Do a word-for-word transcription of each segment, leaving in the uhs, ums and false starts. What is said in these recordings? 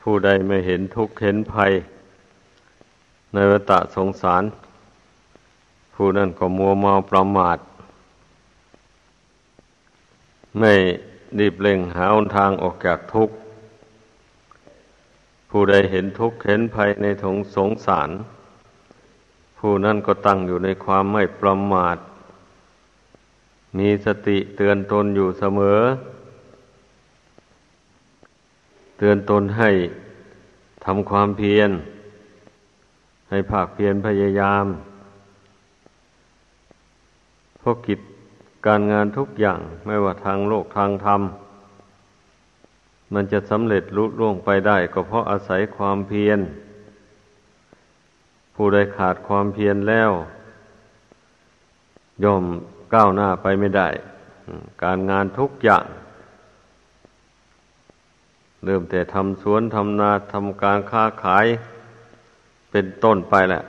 ผู้ใดไม่เห็นทุกข์เห็นภัยในวัฏสงสารผู้นั้นก็มัวเมาประมาทไม่รีบเร่งหาหนทางออกจากทุกข์ผู้ใดเห็นทุกข์เห็นภัยในทงสงสารผู้นั้นก็ตั้งอยู่ในความไม่ประมาทมีสติเตือนตนอยู่เสมอเตือนตนให้ทำความเพียรให้ภาคเพียรพยายามเพราะกิจการงานทุกอย่างไม่ว่าทางโลกทางธรรมมันจะสำเร็จลุล่วงไปได้ก็เพราะอาศัยความเพียรผู้ใดขาดความเพียรแล้วย่อมก้าวหน้าไปไม่ได้การงานทุกอย่างเริ่มแต่ทำสวนทำนาทำการค้าขายเป็นต้นไปแหละ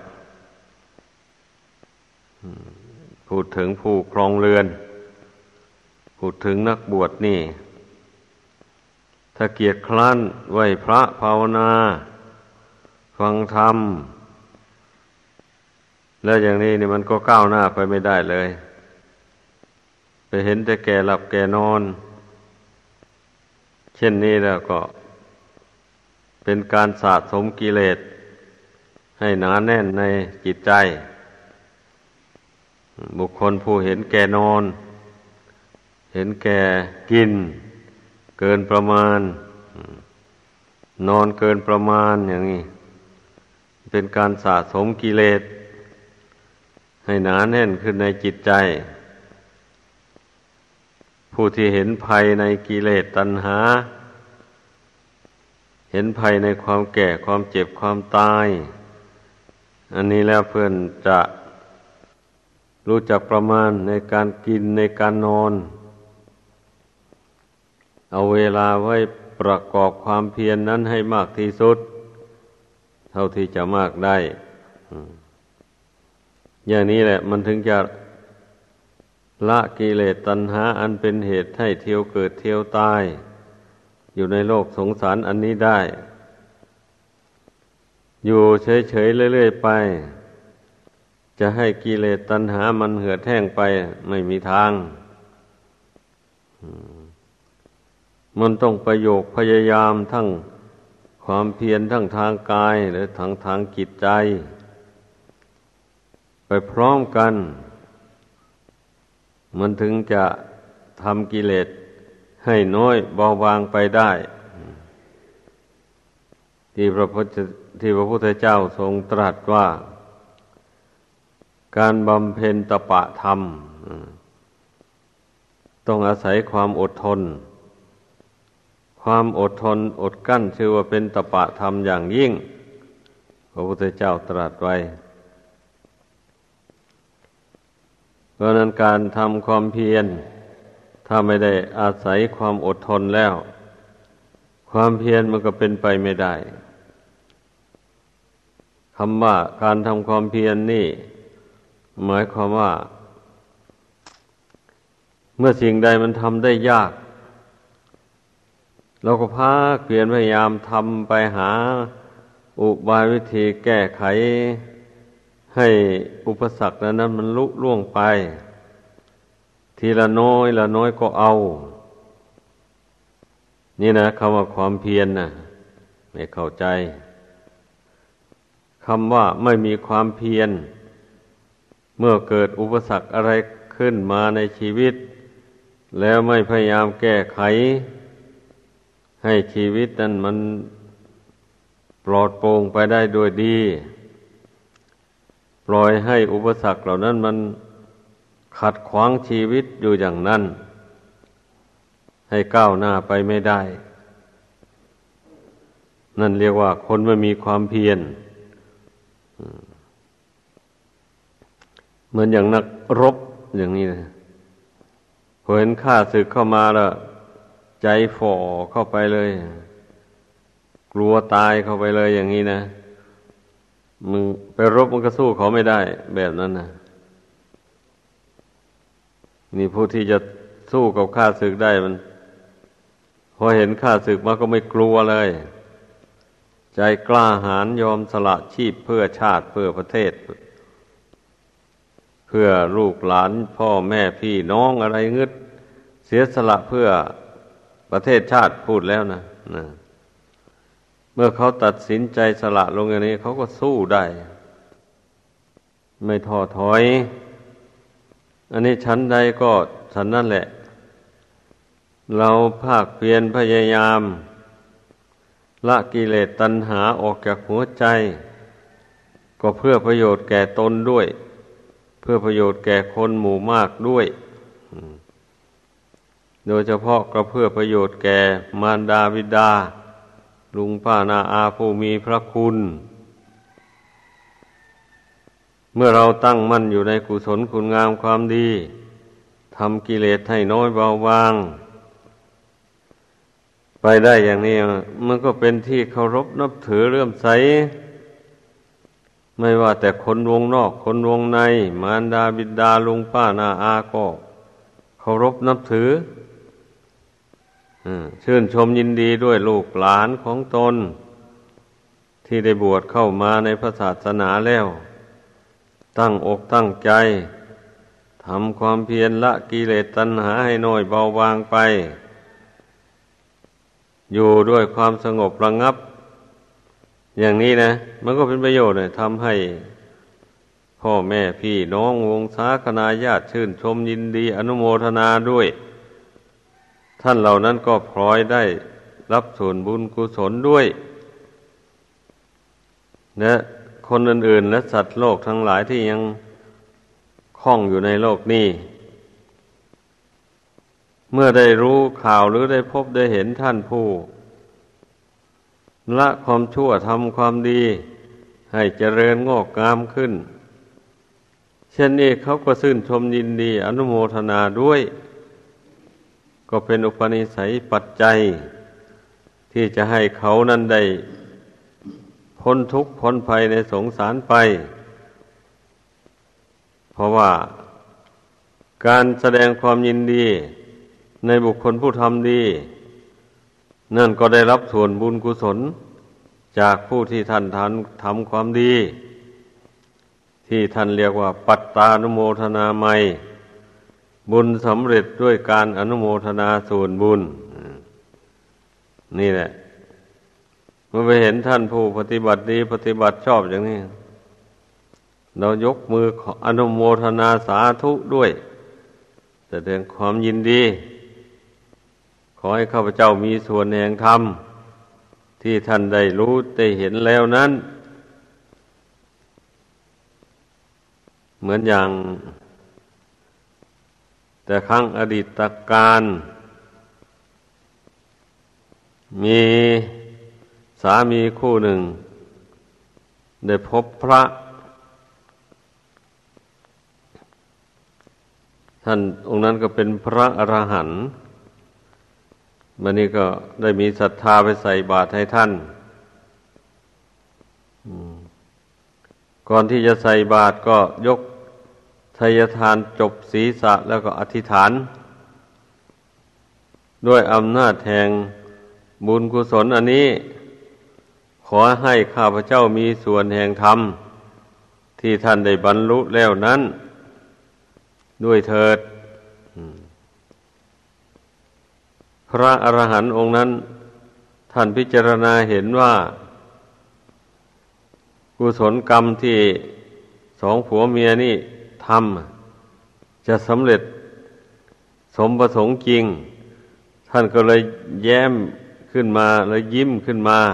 พูดถึงผู้ครองเรือนพูดถึงนักบวชนี่ถ้าเกียรติคร้านไหว้พระภาวนาฟังธรรมแล้วอย่างนี้นี่มันก็ก้าวหน้าไปไม่ได้เลยไปเห็นแต่แก่หลับแก่นอนเช่นนี้แล้วก็เป็นการสะสมกิเลสให้หนาแน่นในจิตใจบุคคลผู้เห็นแก่นอนเห็นแก่กินเกินประมาณนอนเกินประมาณอย่างนี้เป็นการสะสมกิเลสให้หนาแน่นขึ้นในจิตใจผู้ที่เห็นภัยในกิเลสตัณหาเห็นภัยในความแก่ความเจ็บความตายอันนี้แล้วเพื่อนจะรู้จักประมาณในการกินในการนอนเอาเวลาไว้ประกอบความเพียร น, นั้นให้มากที่สุดเท่าที่จะมากได้อย่างนี้แหละมันถึงจะละกิเลสตัณหาอันเป็นเหตุให้เที่ยวเกิดเที่ยวตายอยู่ในโลกสงสารอันนี้ได้อยู่เฉยๆเรื่อยๆไปจะให้กิเลสตัณหามันเหือดแห้งไปไม่มีทางมันต้องประโยคพยายามทั้งความเพียรทั้งทางกายและทางทางจิตใจไปพร้อมกันมันถึงจะทำกิเลสให้น้อยเบาบางไปได้ที่พระพุทธที่พระพุทธเจ้าทรงตรัสว่าการบำเพ็ญตปะธรรมต้องอาศัยความอดทนความอดทนอดกลั้นชื่อว่าเป็นตปะธรรมอย่างยิ่งพระพุทธเจ้าตรัสไว้เพราะนั้นการทำความเพียรถ้าไม่ได้อาศัยความอดทนแล้วความเพียรมันก็เป็นไปไม่ได้คำว่าการทำความเพียร น, นี่หมายความว่าเมื่อสิ่งใดมันทำได้ยากเราก็พาเพียรพยายามทำไปหาอุบายวิธีแก้ไขให้อุปสรรคนั้นมันลุล่วงไปทีละน้อยละน้อยก็เอานี่นะคำว่าความเพียร นะไม่เข้าใจคำว่าไม่มีความเพียรเมื่อเกิดอุปสรรคอะไรขึ้นมาในชีวิตแล้วไม่พยายามแก้ไขให้ชีวิตนั้นมันปลอดโปร่งไปได้โดยดีปล่อยให้อุปสรรคเหล่านั้นมันขัดขวางชีวิตอยู่อย่างนั้นให้ก้าวหน้าไปไม่ได้นั่นเรียกว่าคนไม่มีความเพียรเหมือนอย่างนักรบอย่างนี้นะพอเห็นข้าศึกเข้ามาแล้วใจฝ่อเข้าไปเลยกลัวตายเข้าไปเลยอย่างนี้นะมึงไปรบมันก็สู้เขาไม่ได้แบบนั้นนะนี่ผู้ที่จะสู้กับข้าศึกได้มันพอเห็นข้าศึกมาก็ไม่กลัวเลยใจกล้าหาญยอมสละชีพเพื่อชาติเพื่อประเทศเพื่อลูกหลานพ่อแม่พี่น้องอะไรงึดเสียสละเพื่อประเทศชาติพูดแล้วนะนะเมื่อเขาตัดสินใจสละลงอย่างนี้เขาก็สู้ได้ไม่ท้อถอยอันนี้ชั้นใดก็ชั้นนั่นแหละเราภาคเพียรพยายามละกิเลสตัณหาออกจากหัวใจก็เพื่อประโยชน์แก่ตนด้วยเพื่อประโยชน์แก่คนหมู่มากด้วยโดยเฉพาะก็เพื่อประโยชน์แก่มารดาบิดาลุงป้านาอาผู้มีพระคุณเมื่อเราตั้งมั่นอยู่ในกุศลคุณงามความดีทำกิเลสให้น้อยเบาบางไปได้อย่างนี้มันก็เป็นที่เคารพนับถือเลื่อมใสไม่ว่าแต่คนวงนอกคนวงในมารดาบิดาลุงป้านาอาก็เคารพนับถือชื่นชมยินดีด้วยลูกหลานของตนที่ได้บวชเข้ามาในพระศาสนาแล้วตั้งอกตั้งใจทำความเพียรละกิเลสตัณหาให้น้อยเบาบางไปอยู่ด้วยความสงบระงับอย่างนี้นะมันก็เป็นประโยชน์เลยทำให้พ่อแม่พี่น้องวงศาคณาญาติชื่นชมยินดีอนุโมทนาด้วยท่านเหล่านั้นก็พลอยได้รับส่วนบุญกุศลด้วยและคนอื่นๆและสัตว์โลกทั้งหลายที่ยังคล่องอยู่ในโลกนี้เมื่อได้รู้ข่าวหรือได้พบได้เห็นท่านผู้ละความชั่วทำความดีให้เจริญงอกงามขึ้นเช่นนี้เขาก็ชื่นชมยินดีอนุโมทนาด้วยก็เป็นอุปนิสัยปัจจัยที่จะให้เขานั้นได้พ้นทุกข์พ้นภัยในสงสารไปเพราะว่าการแสดงความยินดีในบุคคลผู้ทำดีนั่นก็ได้รับส่วนบุญกุศลจากผู้ที่ท่านทำความดีที่ท่านเรียกว่าปัตตานุโมทนาไมยบุญสำเร็จด้วยการอนุโมทนาส่วนบุญนี่แหละเมื่อไปเห็นท่านผู้ปฏิบัติดีปฏิบัติชอบอย่างนี้เรายกมืออนุโมทนาสาธุด้วยแสดงความยินดีขอให้ข้าพเจ้ามีส่วนแห่งธรรมที่ท่านได้รู้ได้เห็นแล้วนั้นเหมือนอย่างแต่ครั้งอดีตการมีสามีคู่หนึ่งได้พบพระท่านองค์นั้นก็เป็นพระอรหันต์บัดนี้ก็ได้มีศรัทธาไปใส่บาตรให้ท่านก่อนที่จะใส่บาตรก็ยกไทยทานจบศีรษะแล้วก็อธิษฐานด้วยอำนาจแห่งบุญกุศลอันนี้ขอให้ข้าพเจ้ามีส่วนแห่งธรรมที่ท่านได้บรรลุแล้วนั้นด้วยเถิดพระอรหันต์องค์นั้นท่านพิจารณาเห็นว่ากุศลกรรมที่สองผัวเมียนี่ทำจะสำเร็จสมประสงค์จริงท่านก็เลยแย้มขึ้นมาเลยยิ้มขึ้นมา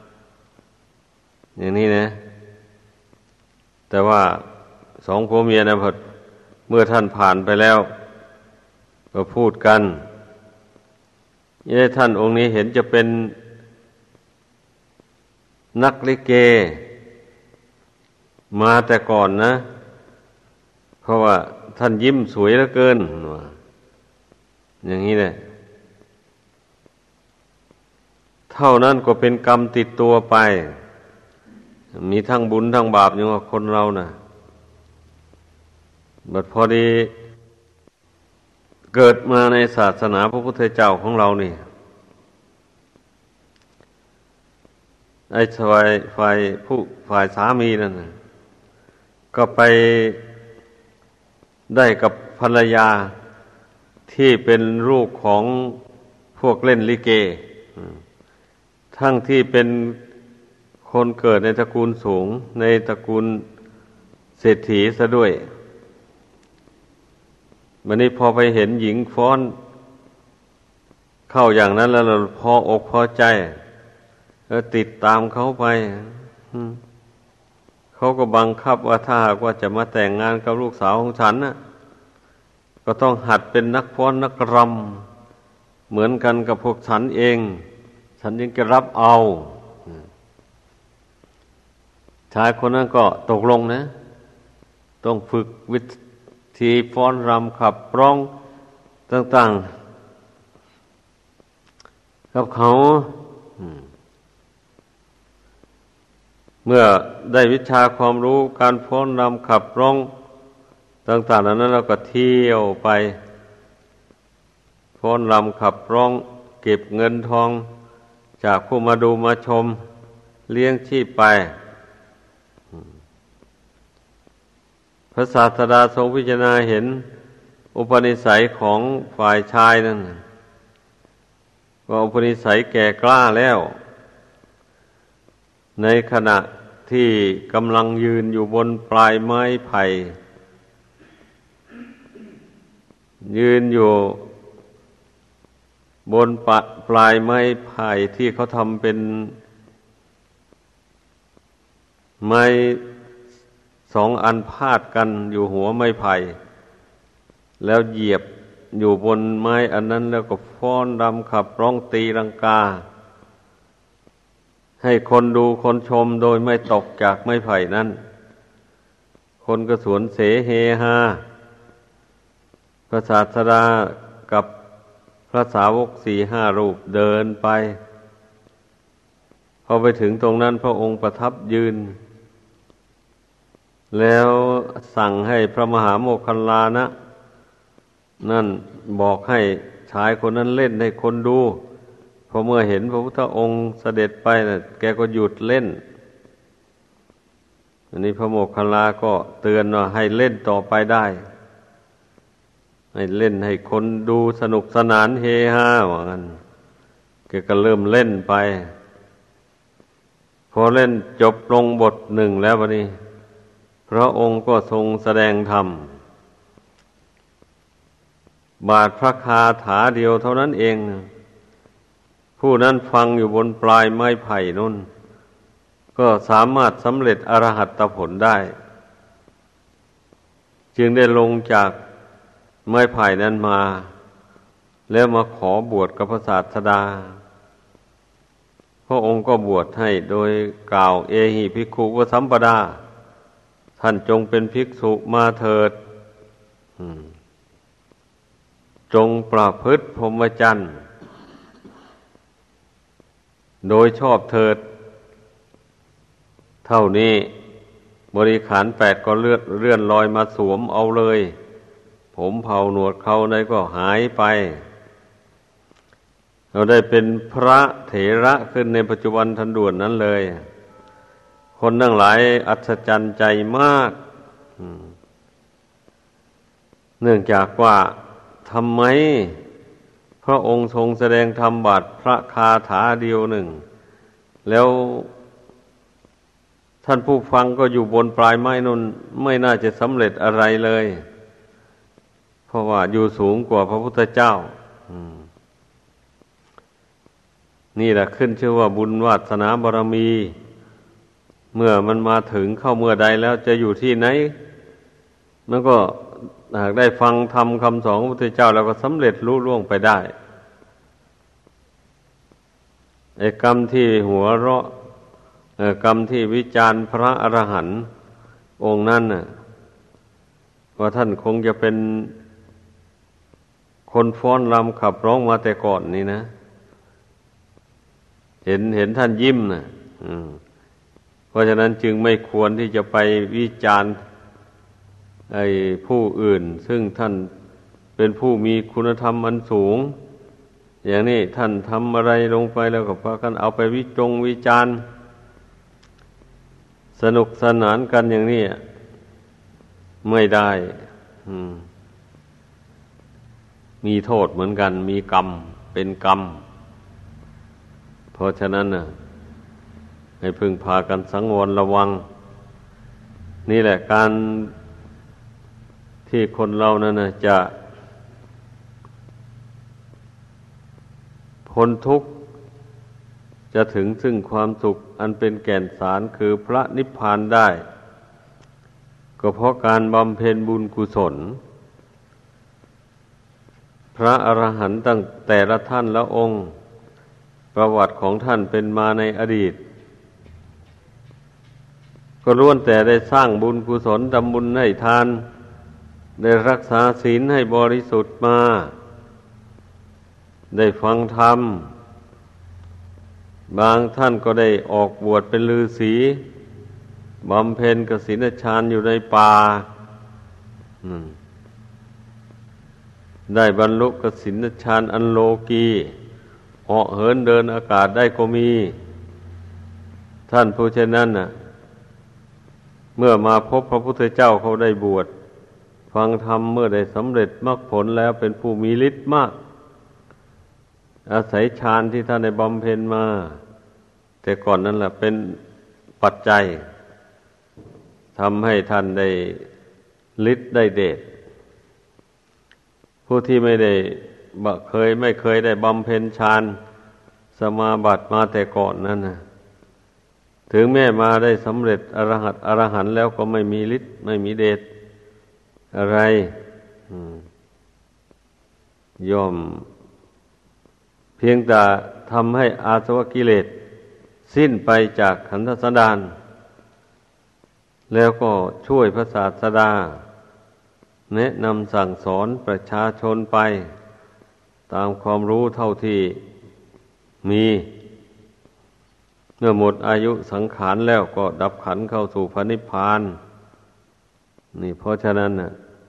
อย่างนี้นะแต่ว่าสองผัวเมียนะพอเมื่อท่านผ่านไปแล้วก็พูดกันนี่ท่านองค์นี้เห็นจะเป็นนักลิเกมาแต่ก่อนนะเพราะว่าท่านยิ้มสวยเหลือเกินอย่างนี้แหละเท่านั้นก็เป็นกรรมติดตัวไปมีทั้งบุญทั้งบาปอย่างว่าคนเราน่ะบัดพอดีเกิดมาในศาสนาพระพุทธเจ้าของเรานี่ไอ้ฝ่ายฝ่ายผู้ฝ่ายสามีนั่นน่ะก็ไปได้กับภรรยาที่เป็นลูกของพวกเล่นลิเกทั้งที่เป็นคนเกิดในตระกูลสูงในตระกูลเศรษฐีซะด้วยวันนี้พอไปเห็นหญิงฟ้อนเข้าอย่างนั้นแล้วเราพออกพอใจแล้วติดตามเขาไปเขาก็บังคับว่าถ้าหากว่าจะมาแต่งงานกับลูกสาวของฉันน่ะก็ต้องหัดเป็นนักฟ้อนนักรำเหมือนกันกับพวกฉันเองฉันยังจะรับเอาชายคนนั้นก็ตกลงนะต้องฝึกวิธีฟ้อนรำขับร้องต่างๆกับเขาเมื่อได้วิชาความรู้การฟ้อนรำขับร้องต่างๆนั้นเราก็เที่ยวไปฟ้อนรำขับร้องเก็บเงินทองจากผู้มาดูมาชมเลี้ยงชีพไปพระศาสดาทรงพิจารณาเห็นอุปนิสัยของฝ่ายชายนั่นว่าอุปนิสัยแก่กล้าแล้วในขณะที่กำลังยืนอยู่บนปลายไม้ไผ่ยืนอยู่บนปะปลายไม้ไผ่ที่เขาทำเป็นไม้สองอันพาดกันอยู่หัวไม้ไผ่แล้วเหยียบอยู่บนไม้อันนั้นแล้วก็ฟ้อนรำขับร้องตีลังกาให้คนดูคนชมโดยไม่ตกจากไม้ไผ่นั้นคนก็สวนเสเฮฮาพระศาสดากับพระสาวกสี่ห้ารูปเดินไปพอไปถึงตรงนั้นพระองค์ประทับยืนแล้วสั่งให้พระมหาโมคคัลลานะนั่นบอกให้ชายคนนั้นเล่นให้คนดูพอเมื่อเห็นพระพุทธองค์เสด็จไปน่ะแกก็หยุดเล่นอันนี้พระโมคคัลลาก็เตือนว่าให้เล่นต่อไปได้ให้เล่นให้คนดูสนุกสนานเฮฮาว่างั้นแกก็เริ่มเล่นไปพอเล่นจบลงบทหนึ่งแล้วบัดนี้พระองค์ก็ทรงแสดงธรรมบาทพระคาถาเดียวเท่านั้นเองผู้นั้นฟังอยู่บนปลายไม้ไผ่นั่นก็สามารถสำเร็จอรหัตผลได้จึงได้ลงจากไม้ไผ่นั้นมาแล้วมาขอบวชกับพระศาสดาพระองค์ก็บวชให้โดยกล่าวเอหิภิกขุวสัมปดาท่านจงเป็นภิกษุมาเถิดจงประพฤติพรหมจรรย์โดยชอบเถิดเท่านี้บริขารแปดก็เลื่อนเลื่อนลอยมาสวมเอาเลยผมเผาหนวดเขาในก็หายไปเราได้เป็นพระเถระขึ้นในปัจจุบันทันด่วนนั้นเลยคนทั้งหลายอัศจรรย์ใจมากเนื่องจากว่าทำไมพระองค์ทรงแสดงธรรมบาทพระคาถาเดียวหนึ่งแล้วท่านผู้ฟังก็อยู่บนปลายไม้นั้นไม่น่าจะสำเร็จอะไรเลยเพราะว่าอยู่สูงกว่าพระพุทธเจ้านี่แหละขึ้นชื่อว่าบุญวาสนาบารมีเมื่อมันมาถึงเข้าเมื่อใดแล้วจะอยู่ที่ไหนมันก็หากได้ฟังธรรมคำสอนของพระพุทธเจ้าแล้วก็สำเร็จลุล่วงไปได้ไอ้กรรมที่หัวเราะเอ่อกรรมที่วิจารณ์พระอรหันต์องค์นั้นน่ะว่าท่านคงจะเป็นคนฟ้อนรำขับร้องมาแต่ก่อนนี่นะเห็นเห็นท่านยิ้มน่ะอืมเพราะฉะนั้นจึงไม่ควรที่จะไปวิจารณ์ไอ้ผู้อื่นซึ่งท่านเป็นผู้มีคุณธรรมอันสูงอย่างนี้ท่านทำอะไรลงไปแล้วก็พากันเอาไปวิจงวิจารณ์สนุกสนานกันอย่างนี้ไม่ได้มีโทษเหมือนกันมีกรรมเป็นกรรมเพราะฉะนั้นน่ะให้พึงพากันสังวรระวังนี่แหละการที่คนเรานั่นน่ะจะพ้นทุกข์จะถึงซึ่งความสุขอันเป็นแก่นสารคือพระนิพพานได้ก็เพราะการบำเพ็ญบุญกุศลพระอรหันต์ตั้งแต่ละท่านละองค์ประวัติของท่านเป็นมาในอดีตก็ล้วนแต่ได้สร้างบุญกุศลทำบุญให้ทานได้รักษาศีลให้บริสุทธิ์มาได้ฟังธรรมบางท่านก็ได้ออกบวชเป็นฤาษีบำเพ็ญกสิณฌานอยู่ในป่าได้บรรลุกสิณฌานอันโลกีเหาะเหินเดินอากาศได้ก็มีท่านผู้เช่นนั้นน่ะเมื่อมาพบพระพุทธเจ้าเขาได้บวชฟังธรรมเมื่อได้สำเร็จมรรคผลแล้วเป็นผู้มีฤทธิ์มากอาศัยฌานที่ท่านได้บำเพ็ญมาแต่ก่อนนั้นแหละเป็นปัจจัยทำให้ท่านได้ฤทธิ์ได้เดชผู้ที่ไม่ได้เคยไม่เคยได้บำเพ็ญฌานสมาบัติมาแต่ก่อนนั้นนะถึงแม้มาได้สำเร็จอรหัตอรหันต์แล้วก็ไม่มีฤทธิ์ไม่มีเดชอะไรย่อมเพียงแต่ทำให้อาสวะกิเลสสิ้นไปจากขันธสันดานแล้วก็ช่วยพระศาสดาแนะนำสั่งสอนประชาชนไปตามความรู้เท่าที่มีเมื่อหมดอายุสังขารแล้วก็ดับขันธ์เข้าสู่พระนิพพานนี่เพราะฉะนั้นน่ะ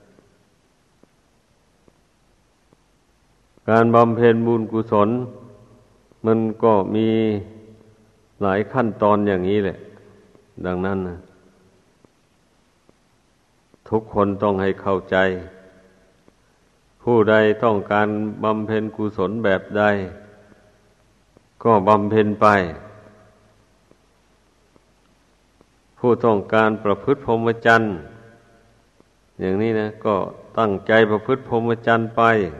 การบำเพ็ญบุญกุศลมันก็มีหลายขั้นตอนอย่างนี้แหละดังนั้นนะทุกคนต้องให้เข้าใจผู้ใดต้องการบำเพ็ญกุศลแบบใดก็บำเพ็ญไปผู้ต้องการประพฤติพรหมจรรย์อย่างนี้นะก็ตั้งใจประพฤติพรหมจรรย์ไป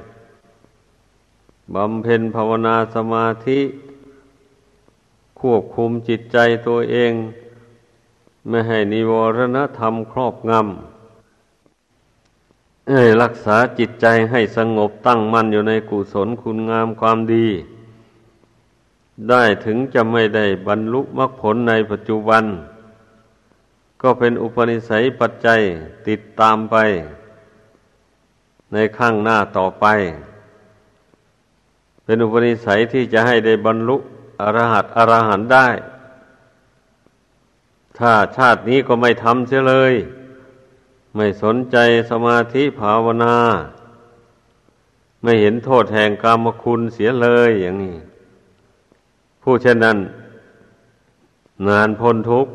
บำเพ็ญภาวนาสมาธิควบคุมจิตใจตัวเองไม่ให้นิวรณธรรมครอบงำให้รักษาจิตใจให้สงบตั้งมั่นอยู่ในกุศลคุณงามความดีได้ถึงจะไม่ได้บรรลุมรรคผลในปัจจุบันก็เป็นอุปนิสัยปัจจัยติดตามไปในข้างหน้าต่อไปเป็นอุปนิสัยที่จะให้ได้บรรลุอรหัตอรหันต์ได้ถ้าชาตินี้ก็ไม่ทำเสียเลยไม่สนใจสมาธิภาวนาไม่เห็นโทษแห่งกามคุณเสียเลยอย่างนี้ผู้เช่นนั้นนานพ้นทุกข์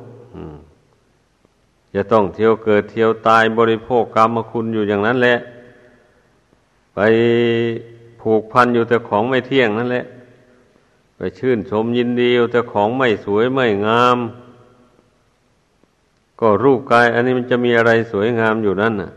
จะต้องเที่ยวเกิดเที่ยวตายบริโภคกามคุณอยู่อย่างนั้นแหละไปผูกพันอยู่แต่ของไม่เที่ยงนั่นแหละไปชื่นชมยินดีอยู่แต่ของไม่สวยไม่งามก็รูปกายอันนี้มันจะมีอะไรสวยงามอยู่นั่นน่ะ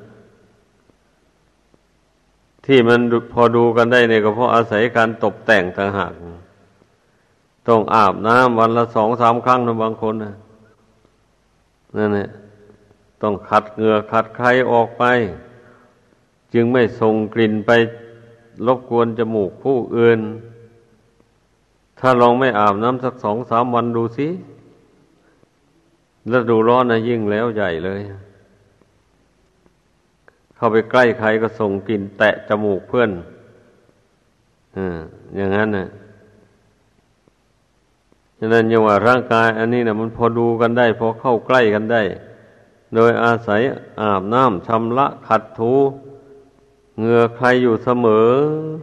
ที่มันพอดูกันได้เนี่ยก็เพราะอาศัยการตกแต่งต่างหากต้องอาบน้ำวันละสองสามครั้งนะบางคนนะนั่นแหละต้องขัดเหงื่อขัดไข้ออกไปจึงไม่ส่งกลิ่นไปรบกวนจมูกผู้อื่นถ้าลองไม่อาบน้ำสักสองสามวันดูสิฤดูร้อนนะยิ่งแล้วใหญ่เลยเข้าไปใกล้ใครก็ส่งกลิ่นแตะจมูกเพื่อนอ่าอย่างนั้นน่ะฉะนั้นยังว่าร่างกายอันนี้นะมันพอดูกันได้พอเข้าใกล้กันได้โดยอาศัยอาบน้ำชำระขัดถูเหงื่อใครอยู่เสมอ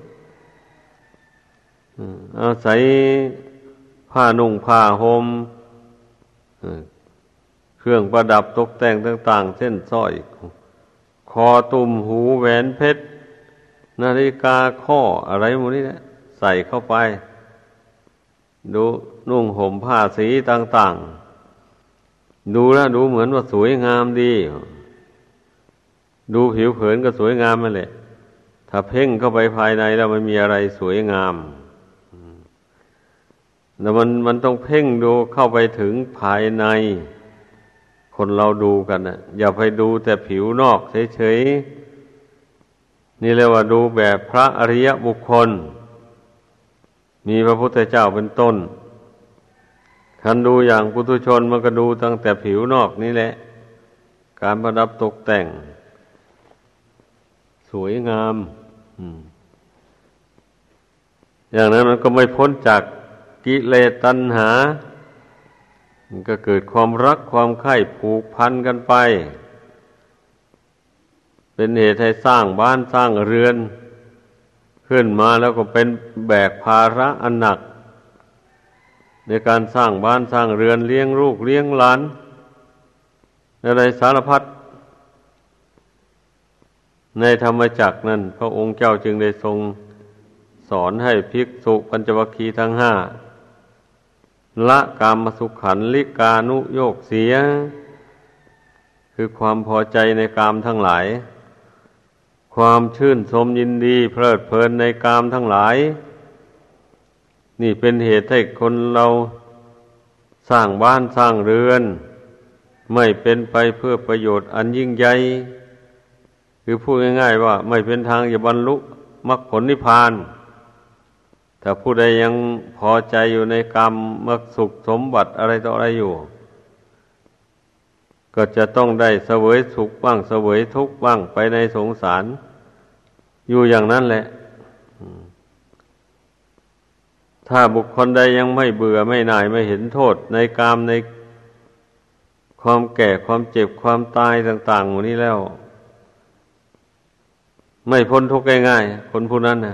อาศัยผ้านุ่งผ้าห่มเครื่องประดับตกแต่งต่างๆเช่นสร้อยคอตุ่มหูแหวนเพชรนาฬิกาข้ออะไรหมดนี้นะใส่เข้าไปดูนุ่งห่มผ้าสีต่างๆดูแล้วดูเหมือนว่าสวยงามดีดูผิวเผินก็สวยงามนั่นแหละถ้าเพ่งเข้าไปภายในแล้วมันมีอะไรสวยงามแต่มันมันต้องเพ่งดูเข้าไปถึงภายในคนเราดูกันนะอย่าไปดูแต่ผิวนอกเฉยๆนี่เรียกว่าดูแบบพระอริยบุคคลมีพระพุทธเจ้าเป็นต้นคันดูอย่างปุถุชนมันก็ดูตั้งแต่ผิวนอกนี่แหละการประดับตกแต่งสวยงามอย่างนั้นมันก็ไม่พ้นจากกิเลสตัณหามันก็เกิดความรักความใคร่ผูกพันกันไปเป็นเหตุให้สร้างบ้านสร้างเรือนขึ้นมาแล้วก็เป็นแบกภาระอันหนักในการสร้างบ้านสร้างเรือนเลี้ยงลูกเลี้ยงหลานอะไรสารพัดในธรรมจักรนั้นพระองค์เจ้าจึงได้ทรงสอนให้ภิกษุปัญจวัคคีย์ทั้งห้าละกามสุขันลิกานุโยคเสียคือความพอใจในกามทั้งหลายความชื่นชมยินดีเพลิดเพลินในกามทั้งหลายนี่เป็นเหตุให้คนเราสร้างบ้านสร้างเรือนไม่เป็นไปเพื่อประโยชน์อันยิ่งใหญ่คือพูดง่ายๆว่าไม่เป็นทางจะบรรลุมรรคผลนิพพานถ้าผู้ใดยังพอใจอยู่ในกรรมมรรคสุขสมบัติอะไรต่ออะไรอยู่ก็จะต้องได้เสวยสุขบ้างเสวยทุกข์บ้างไปในสงสารอยู่อย่างนั้นแหละถ้าบุคคลใดยังไม่เบื่อไม่หน่ายไม่เห็นโทษในกามในความแก่ความเจ็บความตายต่างๆหมดนี้แล้วไม่พ้นทุกข์ง่ายๆคนผู้นั้นนะ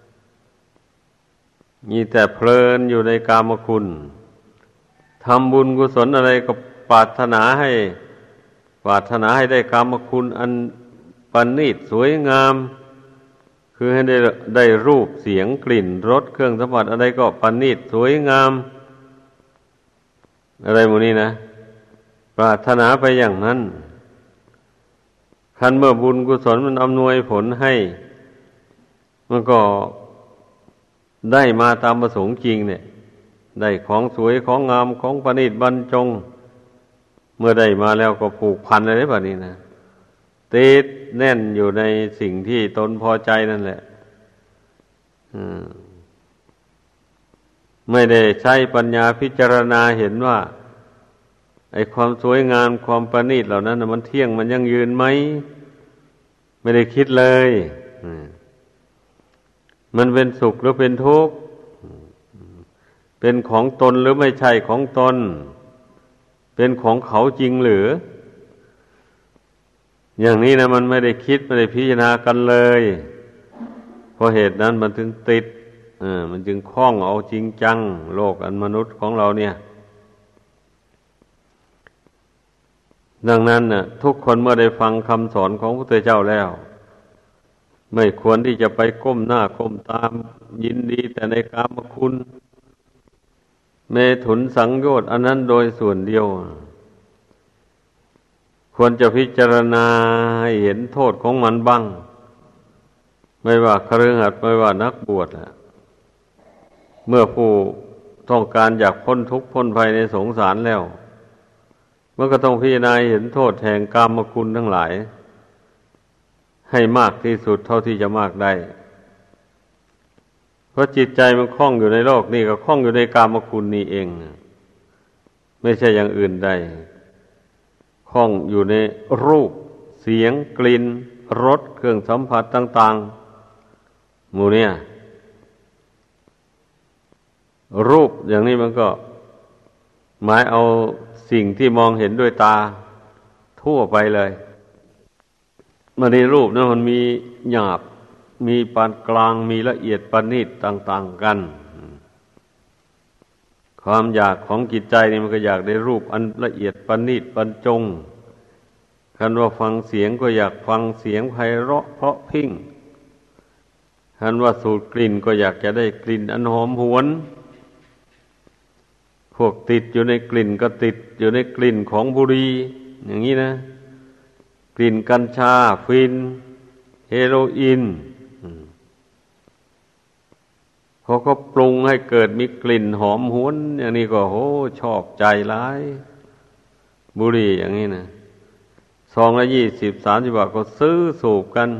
มีแต่เพลินอยู่ในกามคุณทำบุญกุศลอะไรก็ปรารถนาให้ปรารถนาให้ได้กามคุณอันประณีตสวยงามคือให้ได้ได้รูปเสียงกลิ่นรสเครื่องสัมผัสอะไรก็ประณีตสวยงามอะไรหมดนี้นะปรารถนาไปอย่างนั้นคันเมื่อบุญกุศลมันอำนวยผลให้มันก็ได้มาตามประสงค์จริงเนี่ยได้ของสวยของงามของประณีตบรรจงเมื่อได้มาแล้วก็ผูกพันอะไรแบบนี้นะติดแน่นอยู่ในสิ่งที่ตนพอใจนั่นแหละไม่ได้ใช้ปัญญาพิจารณาเห็นว่าไอ้ความสวยงามความประณีตเหล่านั้นมันเที่ยงมันยั่งยืนไหมไม่ได้คิดเลยมันเป็นสุขหรือเป็นทุกข์เป็นของตนหรือไม่ใช่ของตนเป็นของเขาจริงหรืออย่างนี้นะมันไม่ได้คิดไม่ได้พิจารณากันเลยเพราะเหตุนั้นมันถึงติดเออมันจึงคล้องเอาจริงจังโลกอันมนุษย์ของเราเนี่ยดังนั้นน่ะทุกคนเมื่อได้ฟังคำสอนของพระพุทธเจ้าแล้วไม่ควรที่จะไปก้มหน้าก้มตามยินดีแต่ในกามคุณเมถุนสังโยชน์อันนั้นโดยส่วนเดียวควรจะพิจารณาให้เห็นโทษของมันบ้างไม่ว่าคฤหัสถ์ไม่ว่านักบวชเมื่อผู้ต้องการอยากพ้นทุกข์พ้นภัยในสงสารแล้วมันก็ต้องพิจารณาเห็นโทษแห่งกามคุณทั้งหลายให้มากที่สุดเท่าที่จะมากได้เพราะจิตใจมันคล้องอยู่ในโลกนี่ก็คล้องอยู่ในกามคุณนี่เองไม่ใช่อย่างอื่นใดคล้องอยู่ในรูปเสียงกลิ่นรสเครื่องสัมผัสต่างๆหมู่เนี่ยรูปอย่างนี้มันก็หมายเอาสิ่งที่มองเห็นด้วยตาทั่วไปเลยมันในรูปนั้นมันมีหยาบมีปานกลางมีละเอียดประณีตต่างๆกันความอยากของจิตใจนี่มันก็อยากได้รูปอันละเอียดประณีตบรรจงคันว่าฟังเสียงก็อยากฟังเสียงไพเราะเพราะพริ้งคันว่าสูดกลิ่นก็อยากจะได้กลิ่นอันหอมหวนพวกติดอยู่ในกลิ่นก็ติดอยู่ในกลิ่นของบุหรี่อย่างนี้นะกลิ่นกัญชาฟินเฮโรอีนเขาก็ปรุงให้เกิดมีกลิ่นหอมหวนอย่างนี้ก็โหชอบใจร้ายบุหรี่อย่างนี้นะซองละยี่สิบสามสิบบาทก็ซื้อสูบกัน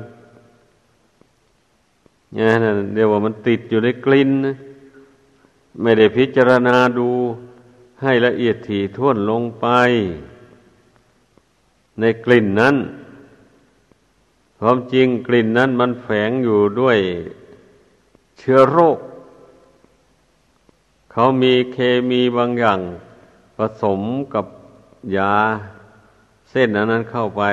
เนี่ยนะเรียกว่ามันติดอยู่ในกลิ่นนะไม่ได้พิจารณาดูให้ละเอียดถี่ถ้วนลงไปในกลิ่นนั้นความจริงกลิ่นนั้นมันแฝงอยู่ด้วยเชื้อโรคเขามีเคมีบางอย่างผสมกับยาเส้นอันนั้นเข้าไป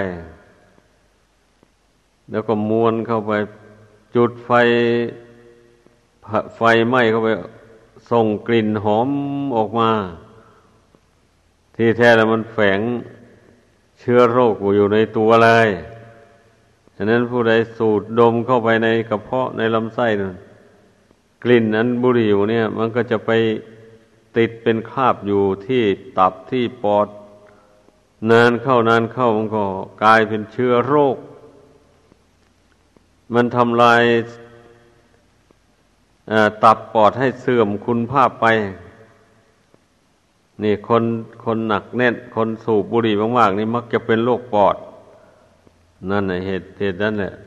แล้วก็มวนเข้าไปจุดไฟไฟไหม้เข้าไปส่งกลิ่นหอมออกมาที่แท้แล้วมันแฝงเชื้อโรคอยู่ในตัวเลยฉะนั้นผู้ใดสูดดมเข้าไปในกระเพาะในลำไส้นั่นกลิ่นนั้นบุหรี่อยู่เนี่ยมันก็จะไปติดเป็นคราบอยู่ที่ตับที่ปอดนานเข้านานเข้ามันก็กลายเป็นเชื้อโรคมันทำลายตับปอดให้เสื่อมคุณภาพไปนี่คนคนหนักแน่นคนสูบบุหรี่มากๆนี่มักจะเป็นโรคปอดนั่นแหละเหตุเหตุนั้นแหละ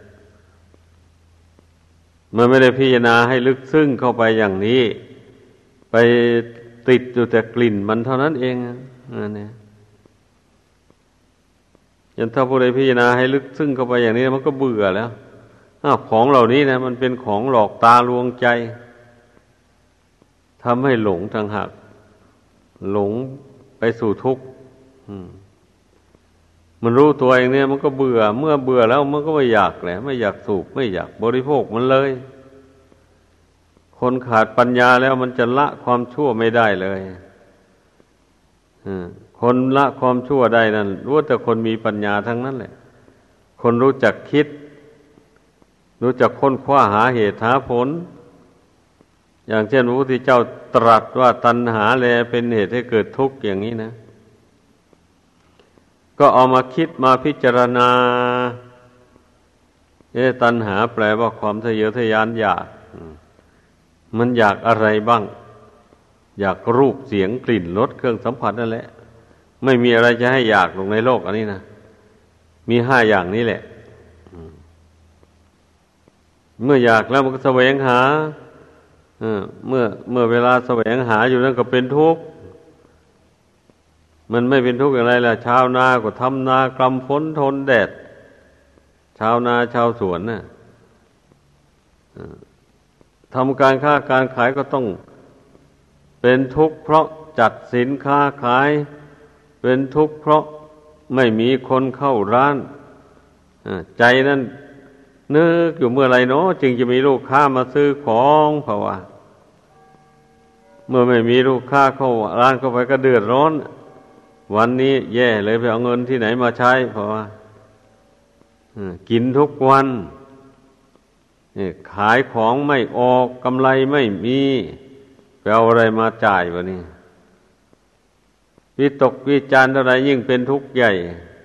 มันไม่ได้พิจารณาให้ลึกซึ้งเข้าไปอย่างนี้ไปติดอยู่แต่กลิ่นมันเท่านั้นเองนั่นเองยันถ้าผู้ใดพิจารณาให้ลึกซึ้งเข้าไปอย่างนี้มันก็เบื่อแล้วอ้าวของเหล่านี้นะมันเป็นของหลอกตาลวงใจทำให้หลงทางหักหลงไปสู่ทุกข์มันรู้ตัวเองเนี่ยมันก็เบื่อเมื่อเบื่อแล้วมันก็ไม่อยากแหละไม่อยากสูบไม่อยากบริโภคมันเลยคนขาดปัญญาแล้วมันจะละความชั่วไม่ได้เลยคนละความชั่วได้นั่นรู้แต่คนมีปัญญาทั้งนั้นแหละคนรู้จักคิดรู้จักค้นคว้าหาเหตุหาผลอย่างเช่นพระพุทธเจ้าตรัสว่าตัณหาแลเป็นเหตุให้เกิดทุกข์อย่างนี้นะก็เอามาคิดมาพิจารณาเอ๊ะตัณหาแปลว่าความทะเยอทะยานอยากมันอยากอะไรบ้างอยากรูปเสียงกลิ่นรสเครื่องสัมผัสนั่นแหละไม่มีอะไรจะให้อยากลงในโลกอันนี้นะมีห้าอย่างนี้แหละเมื่ออยากแล้วมันก็แสวงหาเมื่อเมื่อเวลาแสวงหาอยู่นั่นก็เป็นทุกข์มันไม่เป็นทุกข์อย่างไรล่ะชาวนาก็ทำนากำฝนทนแดดชาวนาชาวสวนน่ะทำการค้าการขายก็ต้องเป็นทุกข์เพราะจัดสินค้าขายเป็นทุกข์เพราะไม่มีคนเข้าร้านใจนั่นนึกอยู่เมื่อไรเนาะจึงจะมีลูกค้ามาซื้อของเพราะว่าเมื่อไม่มีลูกค้าเข้าร้านเข้าไปก็เดือดร้อนวันนี้แย่เลยไปเอาเงินที่ไหนมาใช้เพราะว่ากินทุกวันขายของไม่ออกกำไรไม่มีไปเอาอะไรมาจ่ายวะนี่วิตกวิจารณ์เท่าไรยิ่งเป็นทุกข์ใหญ่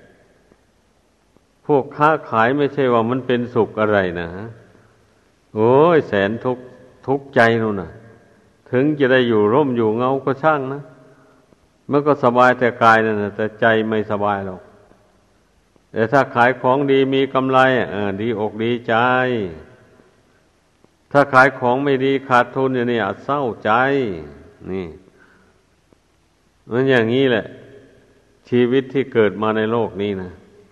พวกค้าขายไม่ใช่ว่ามันเป็นสุขอะไรนะโอ้ยแสนทุกข์ทุกข์ใจนู่นน่ะถึงจะได้อยู่ร่มอยู่เงาก็ช่างนะมันก็สบายแต่กายนั่นนะแต่ใจไม่สบายหรอกแต่ถ้าขายของดีมีกำไรเออดีอกดีใจถ้าขายของไม่ดีขาดทุนอย่างนี้อาจเศร้าใจนี่มันอย่างนี้แหละชีวิตที่เกิดมาในโลกนี้นะ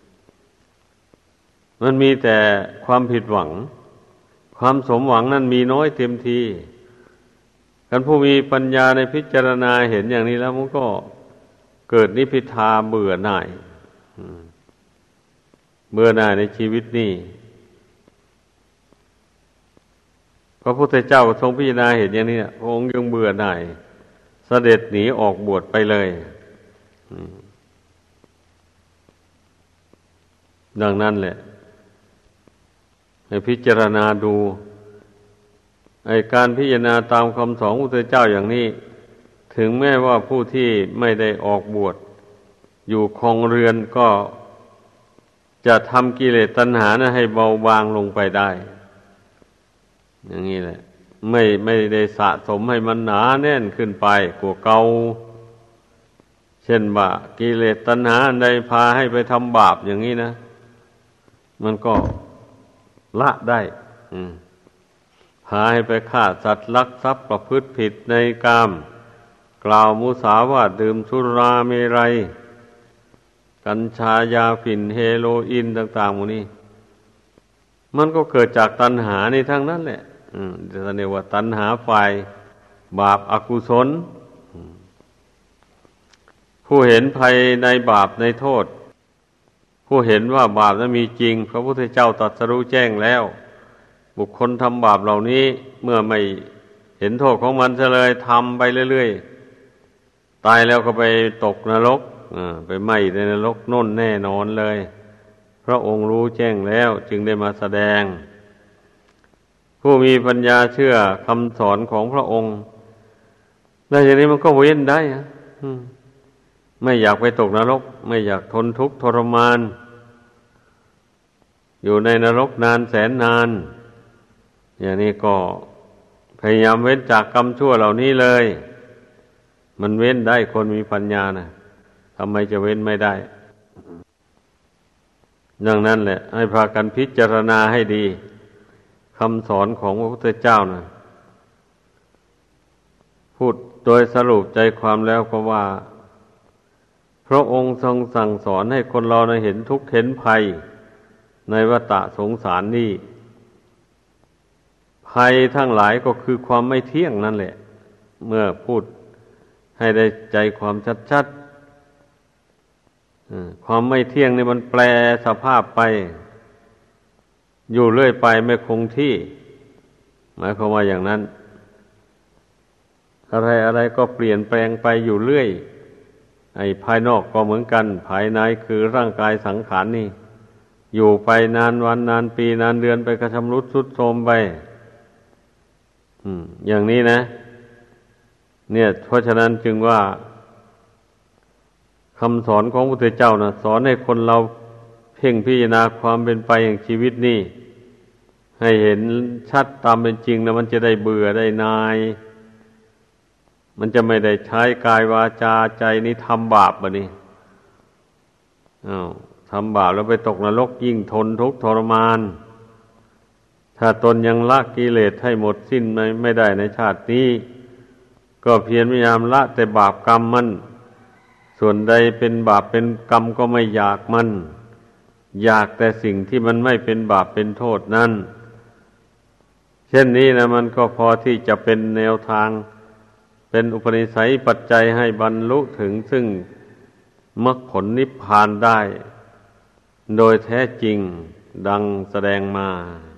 มันมีแต่ความผิดหวังความสมหวังนั้นมีน้อยเต็มทีกันผู้มีปัญญาในพิจารณาเห็นอย่างนี้แล้วมันก็เกิดนิพพิทาเบื่อหน่ายเบื่อหน่ายในชีวิตนี้พระพุทธเจ้าทรงพิจารณาเห็นอย่างนี้พระองค์ยังเบื่อหน่ายสด็จหนีออกบวชไปเลยดังนั้นแหละให้พิจารณาดูไอ้การพิจารณาตามคำสอนของพระพุทธเจ้าอย่างนี้ถึงแม้ว่าผู้ที่ไม่ได้ออกบวชอยู่ครองเรือนก็จะทำกิเลสตัณหานะให้เบาบางลงไปได้อย่างนี้แหละไม่ไม่ได้สะสมให้มันหนาแน่นขึ้นไปกว่าเก่าเช่นว่ากิเลสตัณหาใดพาให้ไปทำบาปอย่างนี้นะมันก็ละได้อืมพาให้ไปฆ่าสัตว์ลักทรัพย์ประพฤติผิดในกามกล่าวมุสาวาทดื่มสุราเมรัยกัญชายาฝิ่นเฮโรอีนต่างๆหมดนี้มันก็เกิดจากตัณหาในทั้งนั้นแหละอืมจะเรียกว่าตัณหาฝ่ายบาปอกุศลผู้เห็นภัยในบาปในโทษผู้เห็นว่าบาปนั้นมีจริงพระพุทธเจ้าตรัสรู้แจ้งแล้วบุคคลทำบาปเหล่านี้เมื่อไม่เห็นโทษของมันเฉลยทำไปเรื่อยๆตายแล้วก็ไปตกนรกไปไหม้ในนรกโน่นแน่นอนเลยพระองค์รู้แจ้งแล้วจึงได้มาแสดงผู้มีปัญญาเชื่อคำสอนของพระองค์ได้อย่างนี้มันก็เว้นได้อะไม่อยากไปตกนรกไม่อยากทนทุกข์ทรมานอยู่ในนรกนานแสนนานอย่างนี้ก็พยายามเว้นจากกรรมชั่วเหล่านี้เลยมันเว้นได้คนมีปัญญานะทำไมจะเว้นไม่ได้ดังนั้นแหละให้พากันพิจารณาให้ดีคำสอนของพระพุทธเจ้านะพูดโดยสรุปใจความแล้วก็ว่าพระองค์ทรงสั่งสอนให้คนเรานะเห็นทุกข์เห็นภัยในวัฏสงสารนี้ภัยทั้งหลายก็คือความไม่เที่ยงนั่นแหละเมื่อพูดให้ได้ใจความชัดๆความไม่เที่ยงนี่มันแปรสภาพไปอยู่เรื่อยไปไม่คงที่หมายความว่าอย่างนั้นอะไรอะไรก็เปลี่ยนแปลงไปอยู่เรื่อยไอ้ภายนอกก็เหมือนกันภายในคือร่างกายสังขารนี่อยู่ไปนานวันนานปีนานเดือนไปกระชำรุดทรุดโทรมไปอืมอย่างนี้นะเนี่ยเพราะฉะนั้นจึงว่าคำสอนของพระพุทธเจ้านะสอนให้คนเราเพ่งพิจารณาความเป็นไปแห่งชีวิตนี่ให้เห็นชัดตามเป็นจริงนะมันจะได้เบื่อได้นายมันจะไม่ได้ใช้กายวาจาใจนี้ทำบาปบะนี่อ้าวทำบาปแล้วไปตกนรกยิ่งทนทุกข์ทรมานถ้าตนยังละกิเลสให้หมดสิ้นไม่ไม่ได้ในชาตินี้ก็เพียรพยายามละแต่บาปกรรมมันส่วนใดเป็นบาปเป็นกรรมก็ไม่อยากมันอยากแต่สิ่งที่มันไม่เป็นบาปเป็นโทษนั่นเช่นนี้นะมันก็พอที่จะเป็นแนวทางเป็นอุปนิสัยปัจจัยให้บรรลุถึงซึ่งมรรคผลนิพพานได้โดยแท้จริงดังแสดงมา